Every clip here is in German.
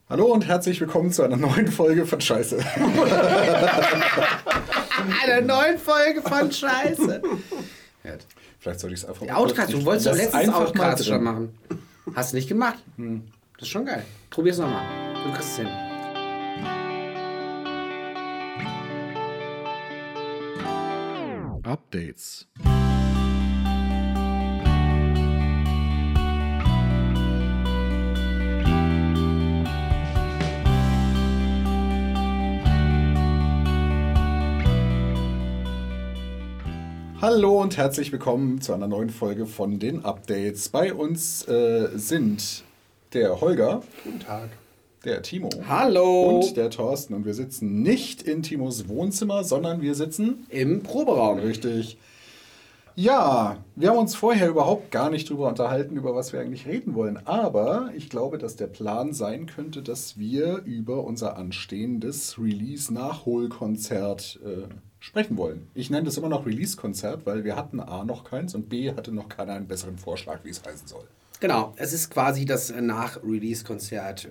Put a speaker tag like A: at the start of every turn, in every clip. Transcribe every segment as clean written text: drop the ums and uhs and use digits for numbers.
A: Hallo und herzlich willkommen zu einer neuen Folge von Scheiße.
B: Eine neue Folge von Scheiße.
A: Vielleicht sollte ich es einfach
B: mal. Outcast, du wolltest doch letztens Outcast schon machen. Hast du nicht gemacht? Das ist schon geil. Probier's nochmal. Du kriegst es hin.
A: Updates. Hallo und herzlich willkommen zu einer neuen Folge von den Updates. Bei uns sind der Holger.
C: Guten Tag.
A: Der Timo.
B: Hallo.
A: Und der Thorsten. Und wir sitzen nicht in Timos Wohnzimmer, sondern wir sitzen
B: im Proberaum.
A: Richtig. Ja, wir haben uns vorher überhaupt gar nicht drüber unterhalten, über was wir eigentlich reden wollen. Aber ich glaube, dass der Plan sein könnte, dass wir über unser anstehendes Release-Nachholkonzert sprechen wollen. Ich nenne das immer noch Release-Konzert, weil wir hatten A noch keins und B hatte noch keiner einen besseren Vorschlag, wie es heißen soll.
B: Genau, es ist quasi das Nach-Release-Konzert.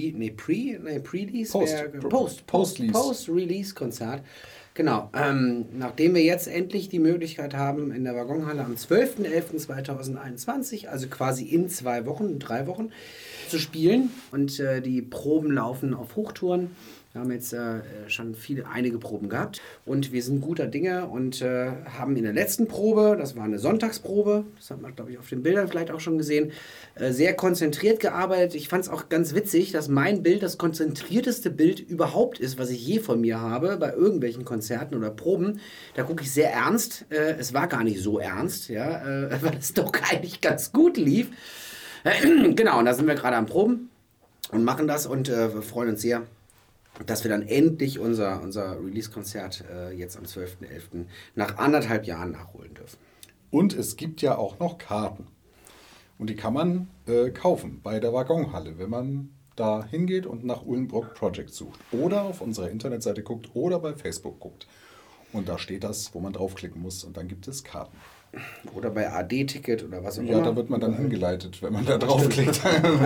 B: Post-Release-Konzert. Genau, nachdem wir jetzt endlich die Möglichkeit haben, in der Waggonhalle am 12.11.2021, also quasi in 2 Wochen, 3 Wochen, zu spielen. Und die Proben laufen auf Hochtouren. Wir haben jetzt schon einige Proben gehabt und wir sind guter Dinge und haben in der letzten Probe, das war eine Sonntagsprobe, das hat man, glaube ich, auf den Bildern vielleicht auch schon gesehen, sehr konzentriert gearbeitet. Ich fand es auch ganz witzig, dass mein Bild das konzentrierteste Bild überhaupt ist, was ich je von mir habe, bei irgendwelchen Konzerten oder Proben. Da gucke ich sehr ernst. Es war gar nicht so ernst, ja, weil es doch eigentlich ganz gut lief. Genau, und da sind wir gerade am Proben und machen das und wir freuen uns sehr, dass wir dann endlich unser Release-Konzert jetzt am 12.11. nach 1,5 Jahren nachholen dürfen.
A: Und es gibt ja auch noch Karten. Und die kann man kaufen bei der Waggonhalle, wenn man da hingeht und nach Uhlenbrock Project sucht. Oder auf unserer Internetseite guckt oder bei Facebook guckt. Und da steht das, wo man draufklicken muss. Und dann gibt es Karten.
B: Oder bei AD-Ticket oder was auch immer.
A: Ja, da wird man dann hingeleitet, wenn man da draufklickt.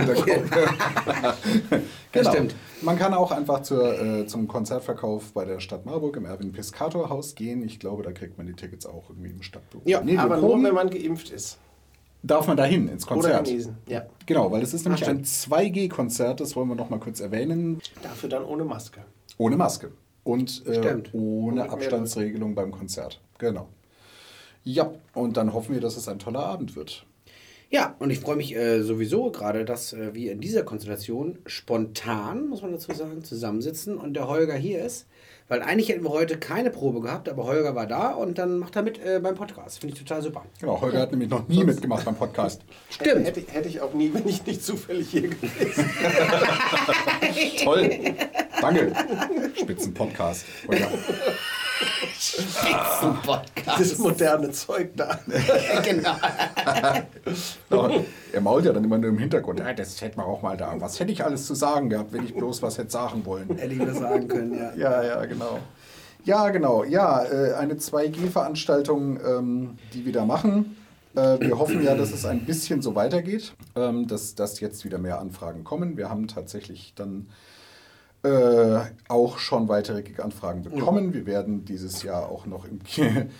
A: Genau.
B: Stimmt.
A: Man kann auch einfach zum Konzertverkauf bei der Stadt Marburg im Erwin-Piscator-Haus gehen. Ich glaube, da kriegt man die Tickets auch irgendwie im Stadtbüro.
C: Ja, aber nur, wenn man geimpft ist.
A: Darf man da hin, ins Konzert?
C: Oder genesen, ja.
A: Genau, weil es ist nämlich ein 2G-Konzert, das wollen wir noch mal kurz erwähnen.
C: Dafür dann ohne Maske.
A: Ohne Maske. Und ohne
C: Und
A: Abstandsregelung beim Konzert. Genau. Ja, und dann hoffen wir, dass es ein toller Abend wird.
B: Ja, und ich freue mich sowieso gerade, dass wir in dieser Konstellation spontan, muss man dazu sagen, zusammensitzen und der Holger hier ist. Weil eigentlich hätten wir heute keine Probe gehabt, aber Holger war da und dann macht er mit beim Podcast. Finde ich total super.
A: Genau, Holger hat nämlich noch nie mitgemacht beim Podcast.
B: Stimmt.
C: Hätte ich auch nie, wenn ich nicht zufällig hier gewesen.
A: Toll. Danke. Spitzenpodcast. Holger.
B: Spitzenpodcast.
C: Das moderne Zeug da.
B: Genau.
A: Er mault ja dann immer nur im Hintergrund. Ja, das hätte man auch mal da. Was hätte ich alles zu sagen gehabt, wenn ich bloß was hätte sagen wollen?
B: Hätte ich das sagen können, ja.
A: Ja, genau. Ja, genau. Ja, eine 2G-Veranstaltung, die wir da machen. Wir hoffen ja, dass es ein bisschen so weitergeht, dass jetzt wieder mehr Anfragen kommen. Wir haben tatsächlich dann auch schon weitere Gig-Anfragen bekommen. Wir werden dieses Jahr auch noch im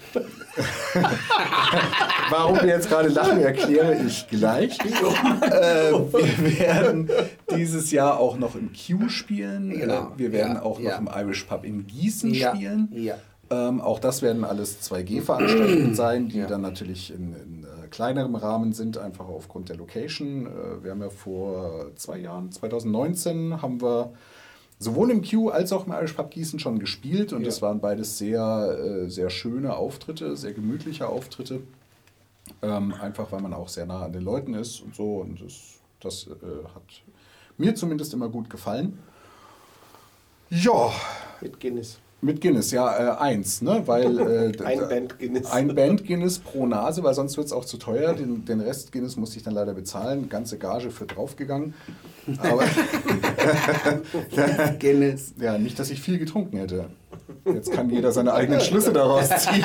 A: Warum wir jetzt gerade lachen, erkläre ich gleich. Wir werden dieses Jahr auch noch im Q spielen.
B: Genau.
A: Wir werden auch noch im Irish Pub in Gießen spielen.
B: Ja.
A: Auch das werden alles 2G-Veranstaltungen sein, die dann natürlich in kleinerem Rahmen sind, einfach aufgrund der Location. Wir haben ja vor 2 Jahren, 2019, haben wir sowohl im Q als auch im Irish Pub Gießen schon gespielt und es waren beides sehr, sehr schöne Auftritte, sehr gemütliche Auftritte. Einfach weil man auch sehr nah an den Leuten ist und so und das hat mir zumindest immer gut gefallen. Ja.
C: Mit Guinness.
A: Mit Guinness, ja, 1, ne? Weil
C: ein Band Guinness.
A: Ein Band Guinness pro Nase, weil sonst wird es auch zu teuer. Den Rest Guinness musste ich dann leider bezahlen. Ganze Gage für draufgegangen. Aber
B: Guinness.
A: ja, nicht, dass ich viel getrunken hätte. Jetzt kann jeder seine eigenen Schlüsse daraus ziehen.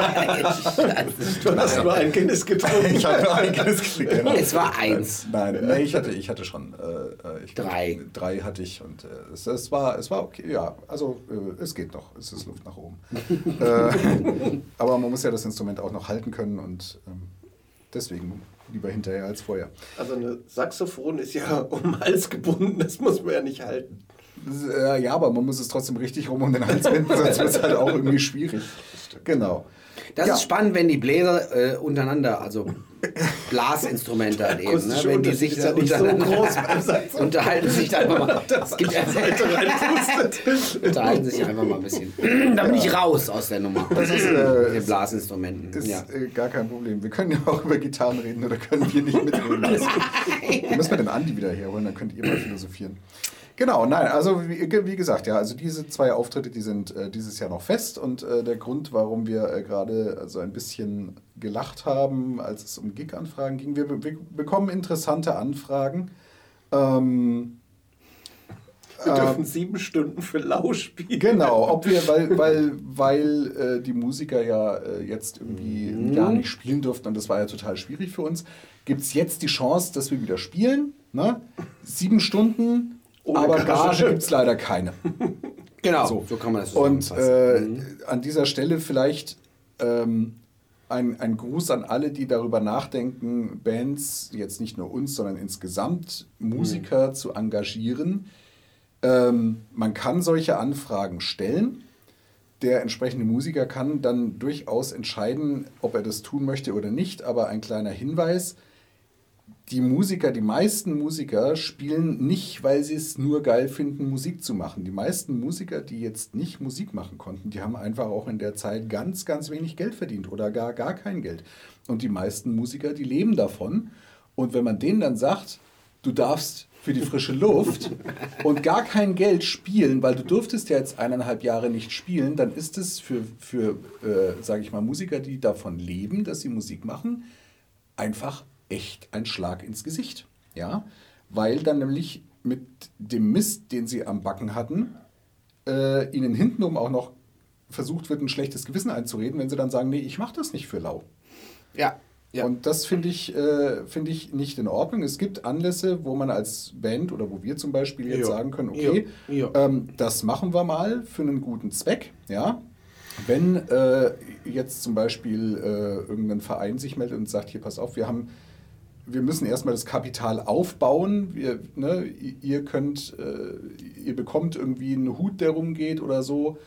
C: Du hast nur ein Guinness getrunken.
A: Ich habe nur ein Guinness gekriegt. Genau.
B: Es war 1.
A: Nein, nee, ich hatte schon
B: 3.
A: 3 hatte ich und es war okay. Ja, also es geht noch. Es ist Luft nach oben. Aber man muss ja das Instrument auch noch halten können und deswegen lieber hinterher als vorher.
C: Also ein Saxophon ist ja um den Hals gebunden, das muss man ja nicht halten.
A: Ja, aber man muss es trotzdem richtig rum um den Hals binden, sonst wird es halt auch irgendwie schwierig. Genau.
B: Das ist spannend, wenn die Bläser untereinander, also Blasinstrumente erleben, ne? Wenn die sich
C: ja nicht so groß beim Saxophon.
B: Unterhalten sich da einfach mal. Es gibt unterhalten sich einfach mal ein bisschen. Da bin ich raus aus der Nummer.
A: Das ist
B: den Blasinstrumenten.
A: Ist gar kein Problem. Wir können ja auch über Gitarren reden oder können wir nicht mitreden lassen. Müssen wir den Andi wieder herholen, dann könnt ihr mal philosophieren. Genau, nein, also wie gesagt, ja, also diese 2 Auftritte, die sind dieses Jahr noch fest und der Grund, warum wir gerade so ein bisschen gelacht haben, als es um Gig-Anfragen ging, wir bekommen interessante Anfragen.
C: Wir dürfen 7 Stunden für Lau spielen.
A: Genau, ob wir, weil die Musiker ja jetzt irgendwie ein Jahr nicht spielen durften und das war ja total schwierig für uns, gibt es jetzt die Chance, dass wir wieder spielen. Ne? 7 Stunden. Aber Gage gibt es leider keine.
B: Genau, so kann man das
A: zusammenfassen. Und an dieser Stelle vielleicht ein Gruß an alle, die darüber nachdenken, Bands, jetzt nicht nur uns, sondern insgesamt Musiker zu engagieren. Man kann solche Anfragen stellen. Der entsprechende Musiker kann dann durchaus entscheiden, ob er das tun möchte oder nicht. Aber ein kleiner Hinweis: Die meisten Musiker spielen nicht, weil sie es nur geil finden, Musik zu machen. Die meisten Musiker, die jetzt nicht Musik machen konnten, die haben einfach auch in der Zeit ganz, ganz wenig Geld verdient oder gar kein Geld. Und die meisten Musiker, die leben davon. Und wenn man denen dann sagt, du darfst für die frische Luft und gar kein Geld spielen, weil du durftest ja jetzt 1,5 Jahre nicht spielen, dann ist es für sage ich mal, Musiker, die davon leben, dass sie Musik machen, einfach echt ein Schlag ins Gesicht, ja, weil dann nämlich mit dem Mist, den sie am Backen hatten, ihnen hintenrum auch noch versucht wird, ein schlechtes Gewissen einzureden, wenn sie dann sagen, nee, ich mache das nicht für lau.
B: Ja.
A: Und das finde ich nicht in Ordnung. Es gibt Anlässe, wo man als Band oder wo wir zum Beispiel jetzt sagen können, okay, das machen wir mal für einen guten Zweck, ja. Wenn jetzt zum Beispiel irgendein Verein sich meldet und sagt, hier, pass auf, wir müssen erstmal das Kapital aufbauen. Ihr bekommt irgendwie einen Hut, der rumgeht oder so.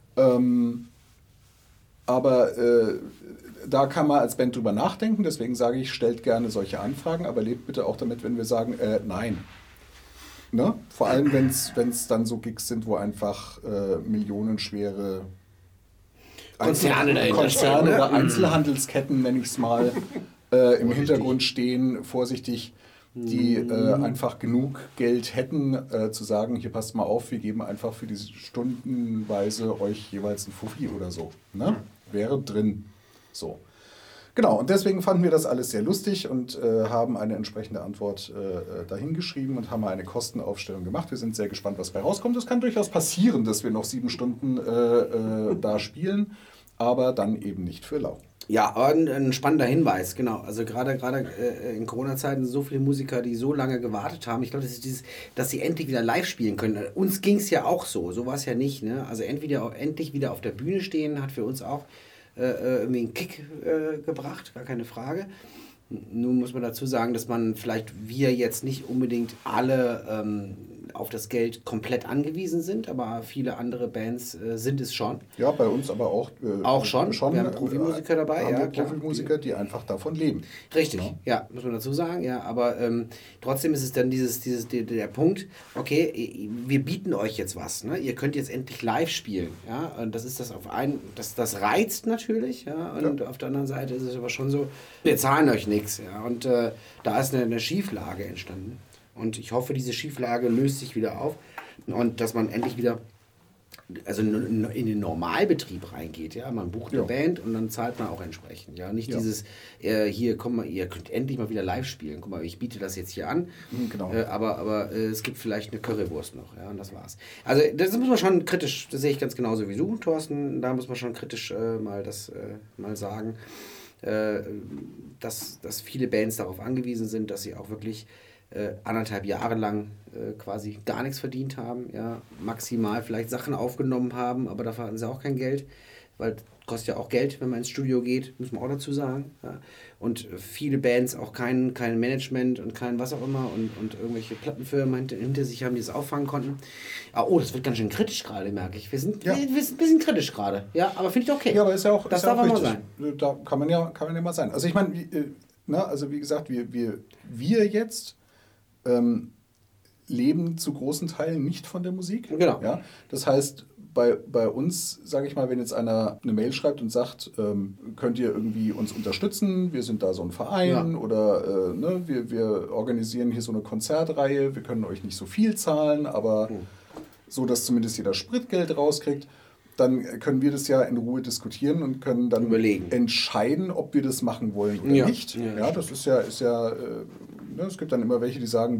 A: Aber da kann man als Band drüber nachdenken. Deswegen sage ich, stellt gerne solche Anfragen, aber lebt bitte auch damit, wenn wir sagen, nein. Ne? Vor allem, wenn es dann so Gigs sind, wo einfach millionenschwere
B: Konzerne
A: oder Einzelhandelsketten, nenne ich es mal, im Hintergrund stehen, vorsichtig, die einfach genug Geld hätten, zu sagen, hier passt mal auf, wir geben einfach für diese stundenweise euch jeweils ein Fuffi oder so. Ne? Wäre drin. So. Genau, und deswegen fanden wir das alles sehr lustig und haben eine entsprechende Antwort dahingeschrieben und haben eine Kostenaufstellung gemacht. Wir sind sehr gespannt, was bei rauskommt. Es kann durchaus passieren, dass wir noch 7 Stunden da spielen, aber dann eben nicht für lau.
B: Ja, aber ein spannender Hinweis, genau. Also gerade in Corona-Zeiten so viele Musiker, die so lange gewartet haben. Ich glaube, das ist dieses, dass sie endlich wieder live spielen können. Uns ging es ja auch so war es ja nicht. Ne? Also endlich wieder auf der Bühne stehen, hat für uns auch irgendwie einen Kick gebracht, gar keine Frage. Nun muss man dazu sagen, dass wir jetzt nicht unbedingt alle auf das Geld komplett angewiesen sind, aber viele andere Bands sind es schon.
A: Ja, bei uns aber auch.
B: Auch schon. Wir haben Profimusiker dabei.
A: Haben wir Profimusiker, die einfach davon leben.
B: Richtig, ja, muss man dazu sagen. Ja, aber trotzdem ist es dann der Punkt, okay, wir bieten euch jetzt was. Ne? Ihr könnt jetzt endlich live spielen. Ja? Und das ist das reizt natürlich. Ja? Und auf der anderen Seite ist es aber schon so, wir zahlen euch nichts. Ja? Und da ist eine Schieflage entstanden. Und ich hoffe, diese Schieflage löst sich wieder auf und dass man endlich wieder also in den Normalbetrieb reingeht, ja, man bucht eine Band und dann zahlt man auch entsprechend, ja, nicht dieses, hier, komm mal, ihr könnt endlich mal wieder live spielen, guck mal, ich biete das jetzt hier an,
A: Genau.
B: aber es gibt vielleicht eine Currywurst noch, ja, und das war's. Also das muss man schon kritisch, das sehe ich ganz genauso wie du, Thorsten, da muss man schon kritisch mal sagen, dass viele Bands darauf angewiesen sind, dass sie auch wirklich 1,5 Jahre lang quasi gar nichts verdient haben, ja, maximal vielleicht Sachen aufgenommen haben, aber dafür hatten sie auch kein Geld, weil kostet ja auch Geld, wenn man ins Studio geht, muss man auch dazu sagen. Ja. Und viele Bands auch kein Management und kein was auch immer und irgendwelche Plattenfirmen hinter sich haben, die es auffangen konnten. Oh, das wird ganz schön kritisch gerade, merke ich. Wir sind ein bisschen kritisch gerade, ja, aber finde ich okay.
A: Ja, aber ist ja auch,
B: das
A: ist
B: darf
A: ja auch
B: mal
A: richtig.
B: sein.
A: Da kann man ja mal sein. Also ich meine, also wie gesagt, wir jetzt leben zu großen Teilen nicht von der Musik.
B: Genau.
A: Ja? Das heißt, bei uns, sage ich mal, wenn jetzt einer eine Mail schreibt und sagt, könnt ihr irgendwie uns unterstützen, wir sind da so ein Verein oder wir organisieren hier so eine Konzertreihe, wir können euch nicht so viel zahlen, aber so, dass zumindest jeder Spritgeld rauskriegt, dann können wir das ja in Ruhe diskutieren und können dann entscheiden, ob wir das machen wollen oder nicht. Ja, das ist ja es gibt dann immer welche, die sagen,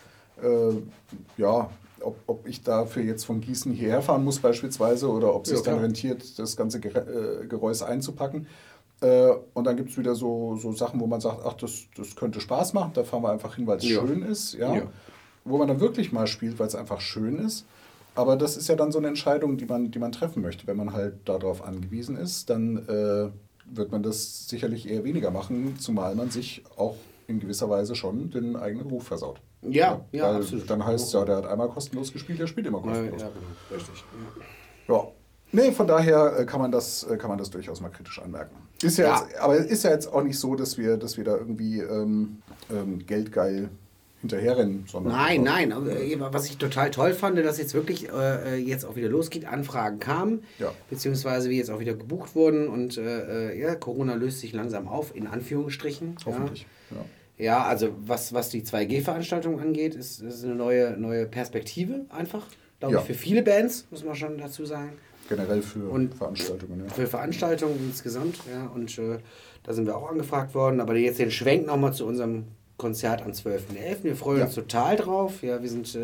A: ob ich dafür jetzt von Gießen hierher fahren muss beispielsweise oder ob es sich dann rentiert, das ganze Geräusch einzupacken. Und dann gibt es wieder so Sachen, wo man sagt, ach, das könnte Spaß machen, da fahren wir einfach hin, weil es schön ist. Ja? Wo man dann wirklich mal spielt, weil es einfach schön ist. Aber das ist ja dann so eine Entscheidung, die man treffen möchte. Wenn man halt darauf angewiesen ist, dann wird man das sicherlich eher weniger machen, zumal man sich auch in gewisser Weise schon den eigenen Ruf versaut.
B: Ja,
A: weil
B: absolut.
A: Dann heißt es ja, der hat einmal kostenlos gespielt, der spielt immer kostenlos.
B: Ja, genau. Richtig.
A: Ja. Nee, von daher kann man das durchaus mal kritisch anmerken. Aber es ist ja jetzt auch nicht so, dass wir da irgendwie geldgeil hinterherrennen. Sondern
B: Nein. Was ich total toll fand, dass jetzt wirklich jetzt auch wieder losgeht, Anfragen kamen, beziehungsweise wie jetzt auch wieder gebucht wurden und Corona löst sich langsam auf, in Anführungsstrichen.
A: Hoffentlich,
B: Ja, also was die 2G-Veranstaltung angeht, ist eine neue Perspektive einfach, glaube ich, für viele Bands, muss man schon dazu sagen.
A: Generell für Veranstaltungen,
B: Für Veranstaltungen insgesamt, ja, und da sind wir auch angefragt worden, aber jetzt den Schwenk nochmal zu unserem Konzert am 12.11. Wir freuen uns total drauf, ja, wir sind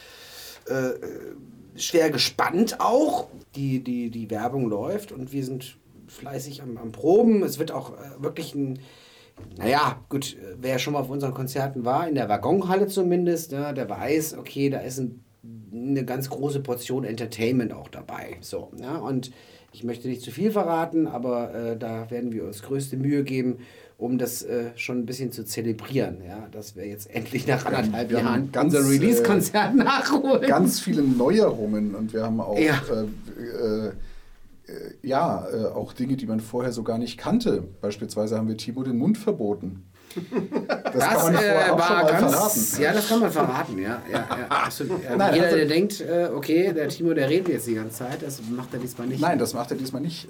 B: schwer gespannt auch, die Werbung läuft und wir sind fleißig am Proben, es wird auch wirklich wer schon mal auf unseren Konzerten war, in der Waggonhalle zumindest, ja, der weiß, okay, da ist eine ganz große Portion Entertainment auch dabei. So, ja, und ich möchte nicht zu viel verraten, aber da werden wir uns größte Mühe geben, um das schon ein bisschen zu zelebrieren, ja, dass wir jetzt endlich nach 1,5 Jahren unser Release-Konzert nachholen.
A: Ganz viele Neuerungen und wir haben auch auch Dinge, die man vorher so gar nicht kannte. Beispielsweise haben wir Timo den Mund verboten. Das kann man vorher auch schon mal verraten.
B: Ja, das kann man verraten, ja. Nein, jeder, der denkt, okay, der Timo, der redet jetzt die ganze Zeit, das macht er diesmal nicht.
A: Nein, das macht er diesmal nicht.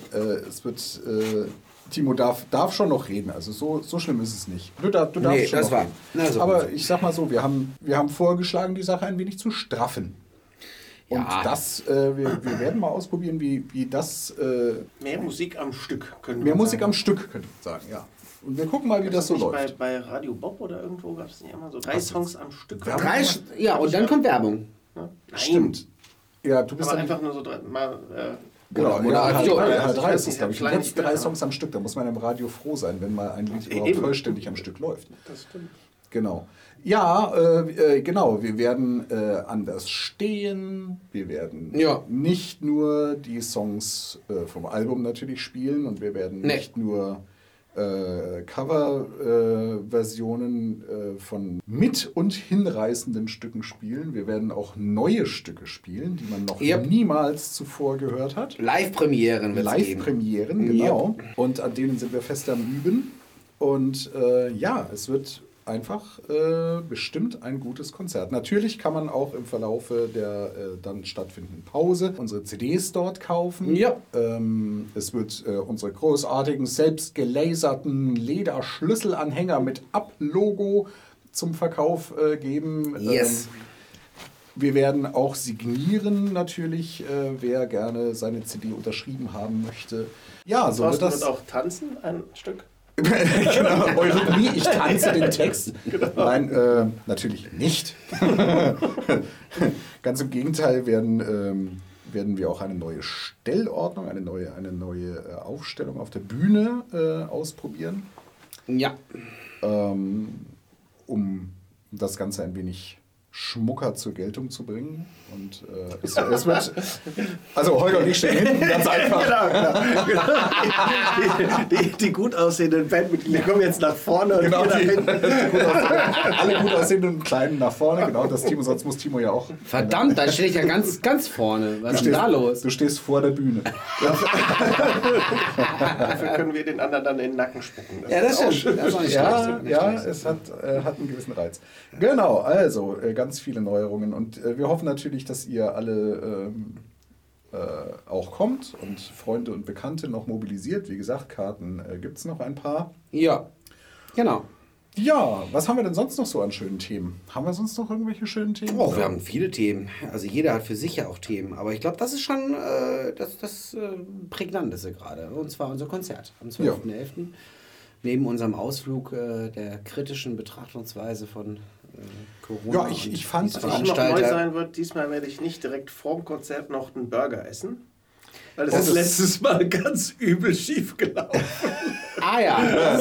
A: Timo darf schon noch reden, also so schlimm ist es nicht. Du darfst schon noch reden. Aber ich sag mal so, wir haben vorgeschlagen, die Sache ein wenig zu straffen. Und wir werden mal ausprobieren, wie das...
C: mehr Musik am Stück,
A: könnte man sagen, ja. Und wir gucken mal, wie das so läuft.
C: Bei Radio Bob oder irgendwo gab es nicht immer so 3 Songs am Stück.
B: Und dann kommt Werbung.
C: Ja?
A: Stimmt. Ja, du bist
C: aber einfach nur so mal...
A: Genau, H3 ist es, glaube ich. Jetzt 3 Songs am Stück, da muss man im Radio froh sein, wenn mal ein Lied überhaupt vollständig am Stück läuft.
C: Das stimmt.
A: Genau. Ja, genau, wir werden anders stehen, wir werden nicht nur die Songs vom Album natürlich spielen und wir werden nicht nur Coverversionen von mit- und hinreißenden Stücken spielen. Wir werden auch neue Stücke spielen, die man noch niemals zuvor gehört hat.
B: Live-Premieren,
A: genau. Und an denen sind wir fest am Üben. Und es wird einfach bestimmt ein gutes Konzert. Natürlich kann man auch im Verlaufe der dann stattfindenden Pause unsere CDs dort kaufen.
B: Ja.
A: Es wird unsere großartigen, selbst gelaserten Lederschlüsselanhänger mit Up-Logo zum Verkauf geben.
B: Yes.
A: Wir werden auch signieren natürlich, wer gerne seine CD unterschrieben haben möchte. Ja, so wird das.
C: Und auch tanzen ein Stück?
A: Genau, Eurythmie, ich tanze den Text. Genau. Nein, natürlich nicht. Ganz im Gegenteil werden wir auch eine neue Stellordnung, eine neue Aufstellung auf der Bühne ausprobieren.
B: Ja.
A: Um das Ganze ein wenig schmucker zur Geltung zu bringen. Und es wird. Also Holger und ich stehen hinten, ganz einfach.
C: Genau. Die gut aussehenden Bandmitglieder kommen jetzt nach vorne und
A: genau,
C: alle
A: gut aussehenden Kleinen nach vorne. Genau, das Timo, sonst muss Timo ja auch.
B: Verdammt, da stehe ich ja ganz, ganz vorne. Was ist denn da los?
A: Du stehst vor der Bühne.
C: Dafür können wir den anderen dann in den Nacken spucken.
B: Das stimmt. Das ist auch nicht schlecht.
A: Es hat einen gewissen Reiz. Genau, also ganz viele Neuerungen und wir hoffen natürlich, dass ihr alle auch kommt und Freunde und Bekannte noch mobilisiert. Wie gesagt, Karten gibt es noch ein paar.
B: Ja, genau.
A: Ja, was haben wir denn sonst noch so an schönen Themen? Haben wir sonst noch irgendwelche schönen Themen?
B: Oh, wir haben viele Themen. Also jeder hat für sich ja auch Themen. Aber ich glaube, das ist schon das Prägnanteste gerade. Und zwar unser Konzert am 12.11. Ja. Neben unserem Ausflug der kritischen Betrachtungsweise von Corona.
A: Ja, ich fand,
C: was noch neu sein wird, diesmal werde ich nicht direkt vorm Konzert noch einen Burger essen. Weil das ist letztes Mal ganz übel schief gelaufen.
B: Ah ja,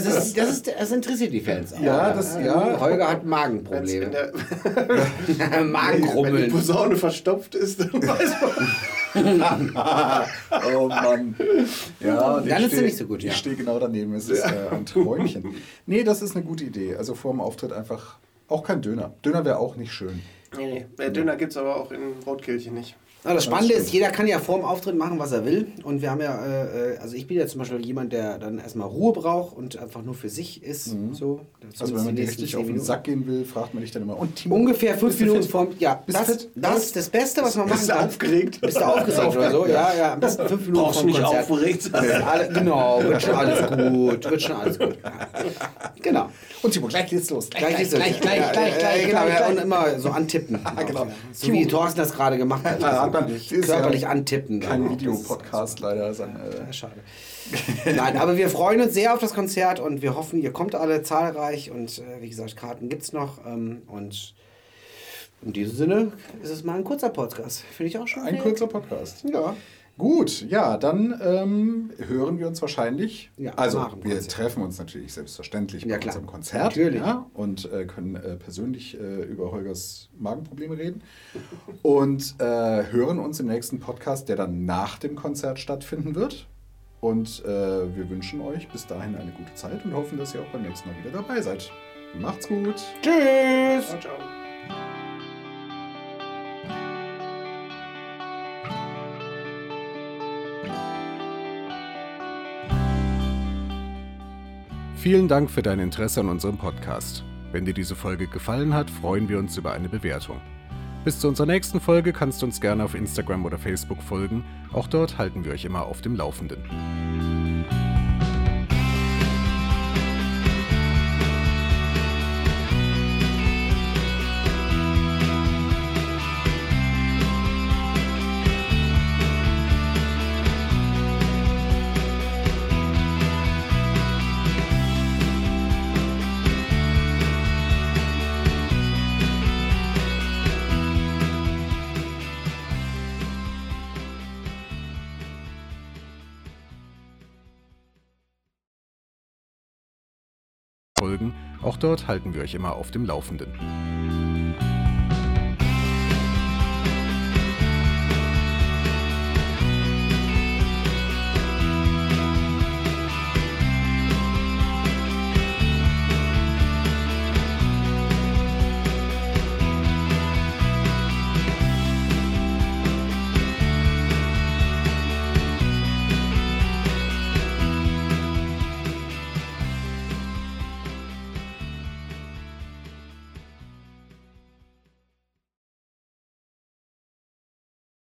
B: das interessiert die Fans auch.
A: Ja,
B: Holger hat Magenprobleme. Magengrummeln.
C: Wenn die Posaune verstopft ist, dann weiß man.
A: Oh Mann. Ja,
B: dann ist es nicht so gut.
A: Ich stehe genau daneben, es ist ein Träumchen. Nee, das ist eine gute Idee. Also vor dem Auftritt einfach auch kein Döner. Döner wäre auch nicht schön.
C: Nee. Döner gibt es aber auch in Rotkirchen nicht.
B: Das Spannende ist, jeder kann ja vor dem Auftritt machen, was er will. Und wir haben ja, also ich bin ja zum Beispiel jemand, der dann erstmal Ruhe braucht und einfach nur für sich ist. Mhm. So.
A: Also wenn man richtig auf den Sack gehen will, fragt man dich dann immer. Und Timo,
B: ungefähr 5 Minuten vorm. Ja, das ist das Beste, was man machen kann.
C: Aufgeregt?
B: Bist du aufgeregt oder so? Ja, am besten 5 Minuten
C: vorm Konzert. Brauchst du nicht aufgeregt sein.
B: Genau, wird schon alles gut. Genau.
A: Und Timo, gleich geht's los.
B: Gleich. Genau, und immer so antippen. Genau. So wie Thorsten das gerade gemacht hat. Körperlich antippen.
A: Kein Videopodcast leider.
B: Schade. Nein, aber wir freuen uns sehr auf das Konzert und wir hoffen, ihr kommt alle zahlreich und wie gesagt, Karten gibt's noch und in diesem Sinne ist es mal ein kurzer Podcast. Finde ich auch schon.
A: Ein kurzer Podcast.
B: Ja.
A: Gut, ja, dann hören wir uns wahrscheinlich.
B: Ja,
A: also wir treffen uns natürlich selbstverständlich bei unserem Konzert.
B: Natürlich.
A: Ja, und können persönlich über Holgers Magenprobleme reden. Und hören uns im nächsten Podcast, der dann nach dem Konzert stattfinden wird. Und wir wünschen euch bis dahin eine gute Zeit und hoffen, dass ihr auch beim nächsten Mal wieder dabei seid. Macht's gut.
B: Tschüss.
C: Ciao.
A: Vielen Dank für dein Interesse an unserem Podcast. Wenn dir diese Folge gefallen hat, freuen wir uns über eine Bewertung. Bis zu unserer nächsten Folge kannst du uns gerne auf Instagram oder Facebook folgen. Auch dort halten wir euch immer auf dem Laufenden. Auch dort halten wir euch immer auf dem Laufenden.